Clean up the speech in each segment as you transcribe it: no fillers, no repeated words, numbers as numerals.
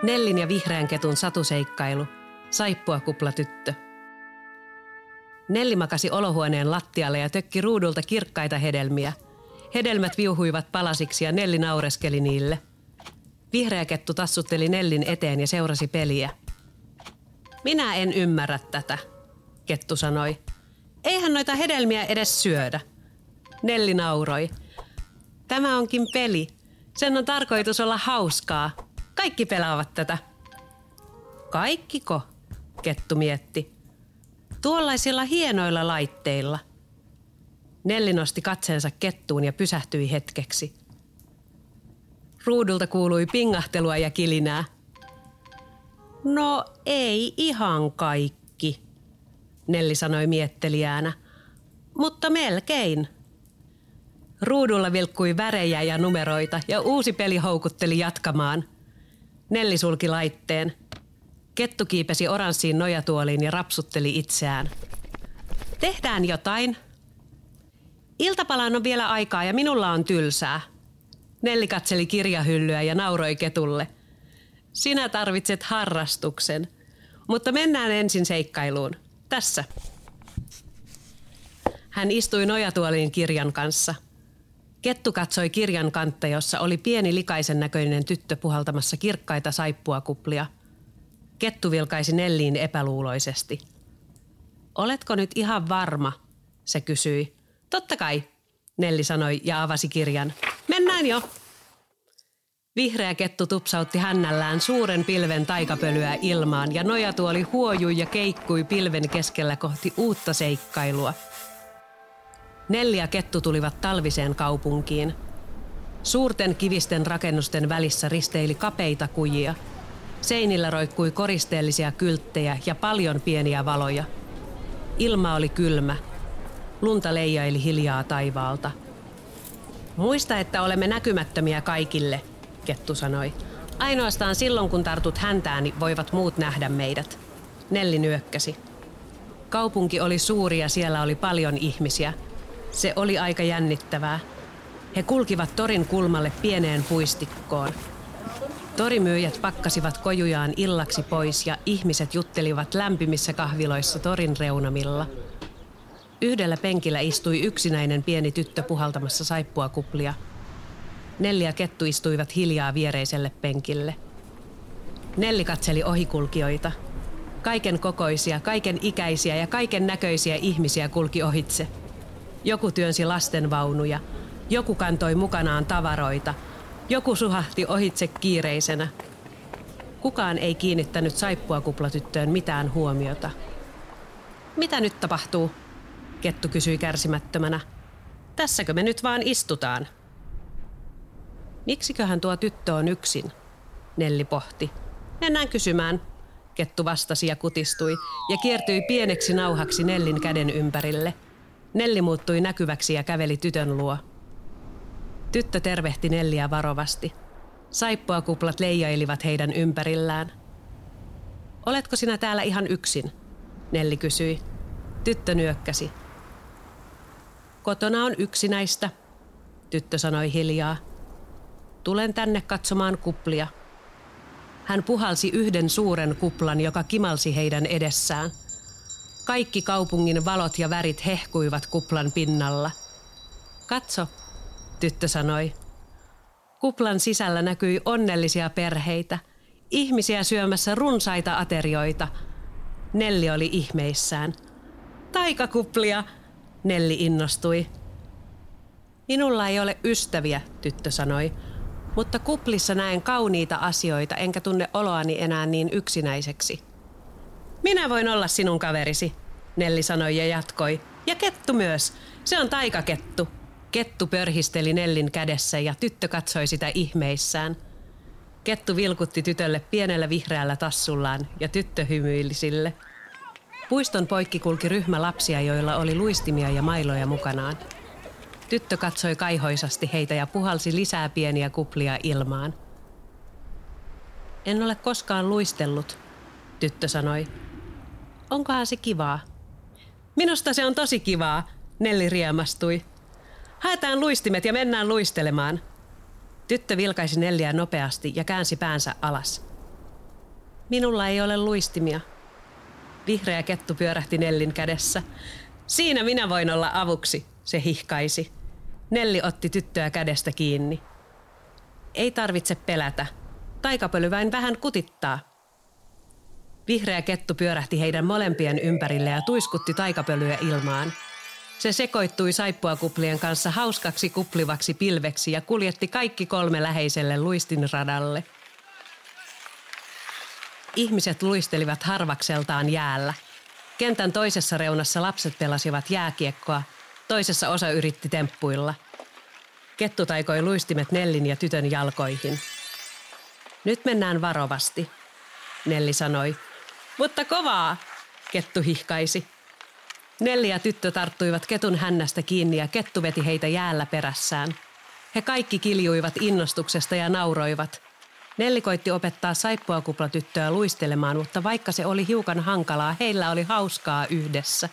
Nellin ja vihreän ketun satuseikkailu. Saippuakuplatyttö. Nelli makasi olohuoneen lattialle ja tökki ruudulta kirkkaita hedelmiä. Hedelmät viuhuivat palasiksi ja Nelli naureskeli niille. Vihreä kettu tassutteli Nellin eteen ja seurasi peliä. Minä en ymmärrä tätä, kettu sanoi. Eihän noita hedelmiä edes syödä. Nelli nauroi. Tämä onkin peli. Sen on tarkoitus olla hauskaa. Kaikki pelaavat tätä. Kaikkiko? Kettu mietti. Tuollaisilla hienoilla laitteilla. Nelli nosti katseensa kettuun ja pysähtyi hetkeksi. Ruudulta kuului pingahtelua ja kilinää. No ei ihan kaikki, Nelli sanoi mietteliäänä, mutta melkein. Ruudulla vilkkui värejä ja numeroita ja uusi peli houkutteli jatkamaan. Nelli sulki laitteen. Kettu kiipesi oranssiin nojatuoliin ja rapsutteli itseään. Tehdään jotain. Iltapalaan on vielä aikaa ja minulla on tylsää. Nelli katseli kirjahyllyä ja nauroi ketulle. Sinä tarvitset harrastuksen, mutta mennään ensin seikkailuun. Tässä. Hän istui nojatuoliin kirjan kanssa. Kettu katsoi kirjan kantta, jossa oli pieni likaisen näköinen tyttö puhaltamassa kirkkaita saippuakuplia. Kettu vilkaisi Nelliin epäluuloisesti. Oletko nyt ihan varma? Se kysyi. Totta kai, Nelli sanoi ja avasi kirjan. Mennään jo. Vihreä kettu tupsautti hännällään suuren pilven taikapölyä ilmaan ja nojatuoli huojui ja keikkui pilven keskellä kohti uutta seikkailua. Nelli ja kettu tulivat talviseen kaupunkiin. Suurten kivisten rakennusten välissä risteili kapeita kujia. Seinillä roikkui koristeellisia kylttejä ja paljon pieniä valoja. Ilma oli kylmä. Lunta leijaili hiljaa taivaalta. Muista, että olemme näkymättömiä kaikille, kettu sanoi. Ainoastaan silloin, kun tartut häntääni, voivat muut nähdä meidät. Nelli nyökkäsi. Kaupunki oli suuri ja siellä oli paljon ihmisiä. Se oli aika jännittävää. He kulkivat torin kulmalle pieneen puistikkoon. Torimyyjät pakkasivat kojujaan illaksi pois ja ihmiset juttelivat lämpimissä kahviloissa torin reunamilla. Yhdellä penkillä istui yksinäinen pieni tyttö puhaltamassa saippuakuplia. Nelli ja kettu istuivat hiljaa viereiselle penkille. Nelli katseli ohikulkijoita. Kaiken kokoisia, kaiken ikäisiä ja kaiken näköisiä ihmisiä kulki ohitse. Joku työnsi lastenvaunuja, joku kantoi mukanaan tavaroita, joku suhahti ohitse kiireisenä. Kukaan ei kiinnittänyt saippuakuplatyttöön mitään huomiota. Mitä nyt tapahtuu? Kettu kysyi kärsimättömänä. Tässäkö me nyt vaan istutaan? Miksiköhän tuo tyttö on yksin? Nelli pohti. Mennään kysymään. Kettu vastasi ja kutistui ja kiertyi pieneksi nauhaksi Nellin käden ympärille. Nelli muuttui näkyväksi ja käveli tytön luo. Tyttö tervehti Nelliä varovasti. Saippuakuplat leijailivat heidän ympärillään. Oletko sinä täällä ihan yksin? Nelli kysyi. Tyttö nyökkäsi. Kotona on yksinäistä, tyttö sanoi hiljaa. Tulen tänne katsomaan kuplia. Hän puhalsi yhden suuren kuplan, joka kimalsi heidän edessään. Kaikki kaupungin valot ja värit hehkuivat kuplan pinnalla. Katso, tyttö sanoi. Kuplan sisällä näkyi onnellisia perheitä, ihmisiä syömässä runsaita aterioita. Nelli oli ihmeissään. Taikakuplia, Nelli innostui. Minulla ei ole ystäviä, tyttö sanoi, mutta kuplissa näen kauniita asioita enkä tunne oloani enää niin yksinäiseksi. Minä voin olla sinun kaverisi, Nelli sanoi ja jatkoi. Ja kettu myös, se on taikakettu. Kettu pörhisteli Nellin kädessä ja tyttö katsoi sitä ihmeissään. Kettu vilkutti tytölle pienellä vihreällä tassullaan ja tyttö hymyili sille. Puiston poikki kulki ryhmä lapsia, joilla oli luistimia ja mailoja mukanaan. Tyttö katsoi kaihoisasti heitä ja puhalsi lisää pieniä kuplia ilmaan. En ole koskaan luistellut, tyttö sanoi. Onkohan se kivaa? Minusta se on tosi kivaa, Nelli riemastui. Haetaan luistimet ja mennään luistelemaan. Tyttö vilkaisi Nelliä nopeasti ja käänsi päänsä alas. Minulla ei ole luistimia. Vihreä kettu pyörähti Nellin kädessä. Siinä minä voin olla avuksi, se hihkaisi. Nelli otti tyttöä kädestä kiinni. Ei tarvitse pelätä. Taikapöly vain vähän kutittaa. Vihreä kettu pyörähti heidän molempien ympärille ja tuiskutti taikapölyä ilmaan. Se sekoittui saippuakuplien kanssa hauskaksi kuplivaksi pilveksi ja kuljetti kaikki 3 läheiselle luistinradalle. Ihmiset luistelivat harvakseltaan jäällä. Kentän toisessa reunassa lapset pelasivat jääkiekkoa, toisessa osa yritti temppuilla. Kettu taikoi luistimet Nellin ja tytön jalkoihin. Nyt mennään varovasti, Nelli sanoi. Mutta kovaa, kettu hihkaisi. Nelli ja tyttö tarttuivat ketun hännästä kiinni ja kettu veti heitä jäällä perässään. He kaikki kiljuivat innostuksesta ja nauroivat. Nelli koitti opettaa saippuakuplatyttöä luistelemaan, mutta vaikka se oli hiukan hankalaa, heillä oli hauskaa yhdessä.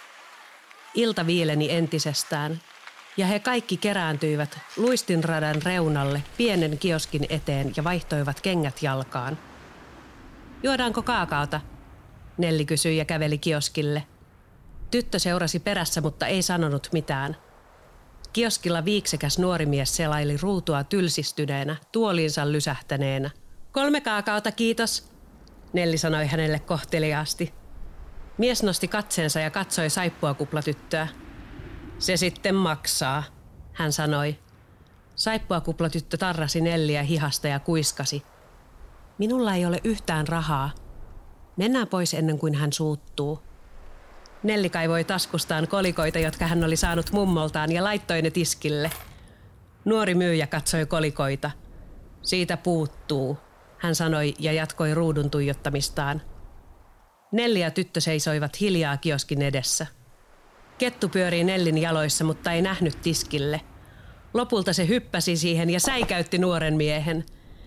Ilta viileni entisestään, ja he kaikki kerääntyivät luistinradan reunalle pienen kioskin eteen ja vaihtoivat kengät jalkaan. Juodaanko kaakaota? Nelli kysyi ja käveli kioskille. Tyttö seurasi perässä, mutta ei sanonut mitään. Kioskilla viiksekäs nuori mies selaili ruutua tylsistyneenä, tuoliinsa lysähtäneenä. 3 kaakaota, kiitos, Nelli sanoi hänelle kohteliaasti. Mies nosti katseensa ja katsoi saippuakuplatyttöä. Se sitten maksaa, hän sanoi. Saippuakuplatyttö tarrasi Nelliä hihasta ja kuiskasi. Minulla ei ole yhtään rahaa. Mennään pois ennen kuin hän suuttuu. Nelli kaivoi taskustaan kolikoita, jotka hän oli saanut mummoltaan, ja laittoi ne tiskille. Nuori myyjä katsoi kolikoita. Siitä puuttuu, hän sanoi ja jatkoi ruudun tuijottamistaan. Nelli ja tyttö seisoivat hiljaa kioskin edessä. Kettu pyörii Nellin jaloissa, mutta ei nähnyt tiskille. Lopulta se hyppäsi siihen ja säikäytti nuoren miehen.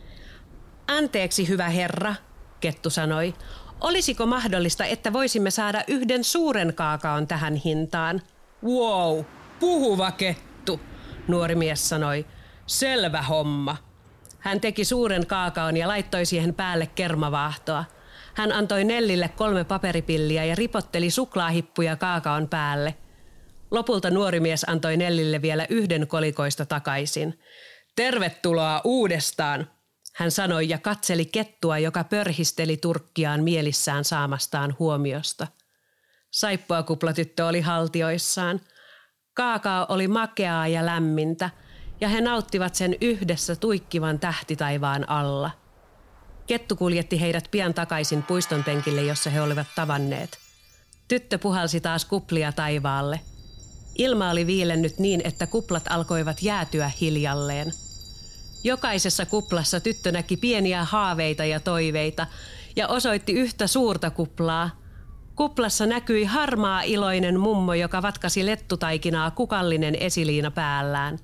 Anteeksi, hyvä herra, kettu sanoi. Olisiko mahdollista, että voisimme saada 1 suuren kaakaon tähän hintaan? Wow, puhuva kettu, nuori mies sanoi. Selvä homma. Hän teki suuren kaakaon ja laittoi siihen päälle kermavaahtoa. Hän antoi Nellille 3 paperipilliä ja ripotteli suklaahippuja kaakaon päälle. Lopulta nuori mies antoi Nellille vielä 1 kolikoista takaisin. Tervetuloa uudestaan, hän sanoi ja katseli kettua, joka pörhisteli turkkiaan mielissään saamastaan huomiosta. Saippuakuplatyttö oli haltioissaan. Kaakao oli makeaa ja lämmintä, ja he nauttivat sen yhdessä tuikkivan tähtitaivaan alla. Kettu kuljetti heidät pian takaisin puiston penkille, jossa he olivat tavanneet. Tyttö puhalsi taas kuplia taivaalle. Ilma oli viilennyt niin, että kuplat alkoivat jäätyä hiljalleen. Jokaisessa kuplassa tyttö näki pieniä haaveita ja toiveita ja osoitti yhtä suurta kuplaa. Kuplassa näkyi harmaa iloinen mummo, joka vatkasi lettutaikinaa kukallinen esiliina päällään.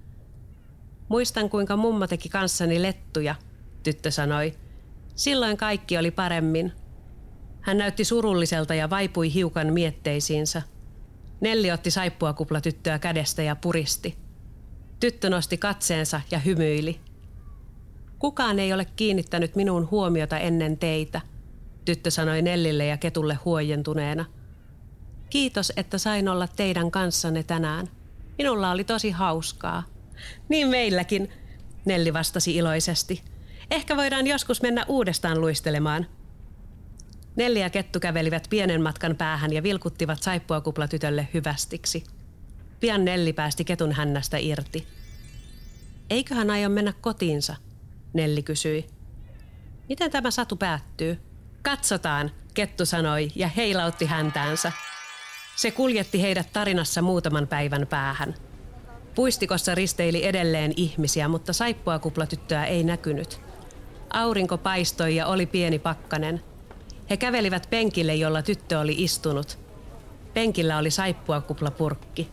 Muistan, kuinka mummo teki kanssani lettuja, tyttö sanoi. Silloin kaikki oli paremmin. Hän näytti surulliselta ja vaipui hiukan mietteisiinsä. Nelli otti saippuakuplatyttöä kädestä ja puristi. Tyttö nosti katseensa ja hymyili. Kukaan ei ole kiinnittänyt minuun huomiota ennen teitä, tyttö sanoi Nellille ja ketulle huojentuneena. Kiitos, että sain olla teidän kanssanne tänään. Minulla oli tosi hauskaa. Niin meilläkin, Nelli vastasi iloisesti. Ehkä voidaan joskus mennä uudestaan luistelemaan. Nelli ja kettu kävelivät pienen matkan päähän ja vilkuttivat saippuakuplatytölle hyvästiksi. Pian Nelli päästi ketun hännästä irti. Eikö hän aio mennä kotiinsa? Nelli kysyi. Miten tämä satu päättyy? Katsotaan, kettu sanoi ja heilautti häntäänsä. Se kuljetti heidät tarinassa muutaman päivän päähän. Puistikossa risteili edelleen ihmisiä, mutta saippuakuplatyttöä ei näkynyt. Aurinko paistoi ja oli pieni pakkanen. He kävelivät penkille, jolla tyttö oli istunut. Penkillä oli saippuakuplapurkki.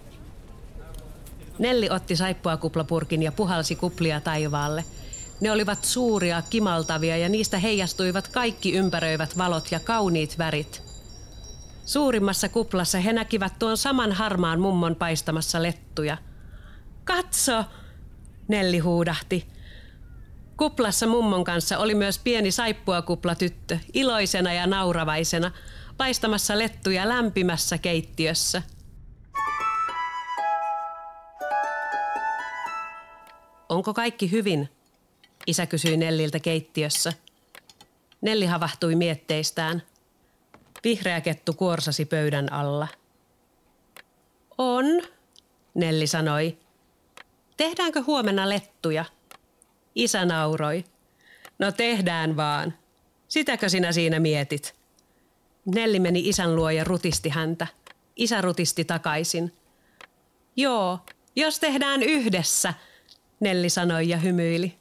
Nelli otti saippuakuplapurkin ja puhalsi kuplia taivaalle. Ne olivat suuria, kimaltavia ja niistä heijastuivat kaikki ympäröivät valot ja kauniit värit. Suurimmassa kuplassa he näkivät tuon saman harmaan mummon paistamassa lettuja. Katso, Nelli huudahti. Kuplassa mummon kanssa oli myös pieni saippuakuplatyttö, iloisena ja nauravaisena, paistamassa lettuja lämpimässä keittiössä. Onko kaikki hyvin? Isä kysyi Nelliltä keittiössä. Nelli havahtui mietteistään. Vihreä kettu kuorsasi pöydän alla. On, Nelli sanoi. Tehdäänkö huomenna lettuja? Isä nauroi. No tehdään vaan. Sitäkö sinä siinä mietit? Nelli meni isän luo ja rutisti häntä. Isä rutisti takaisin. Joo, jos tehdään yhdessä, Nelli sanoi ja hymyili.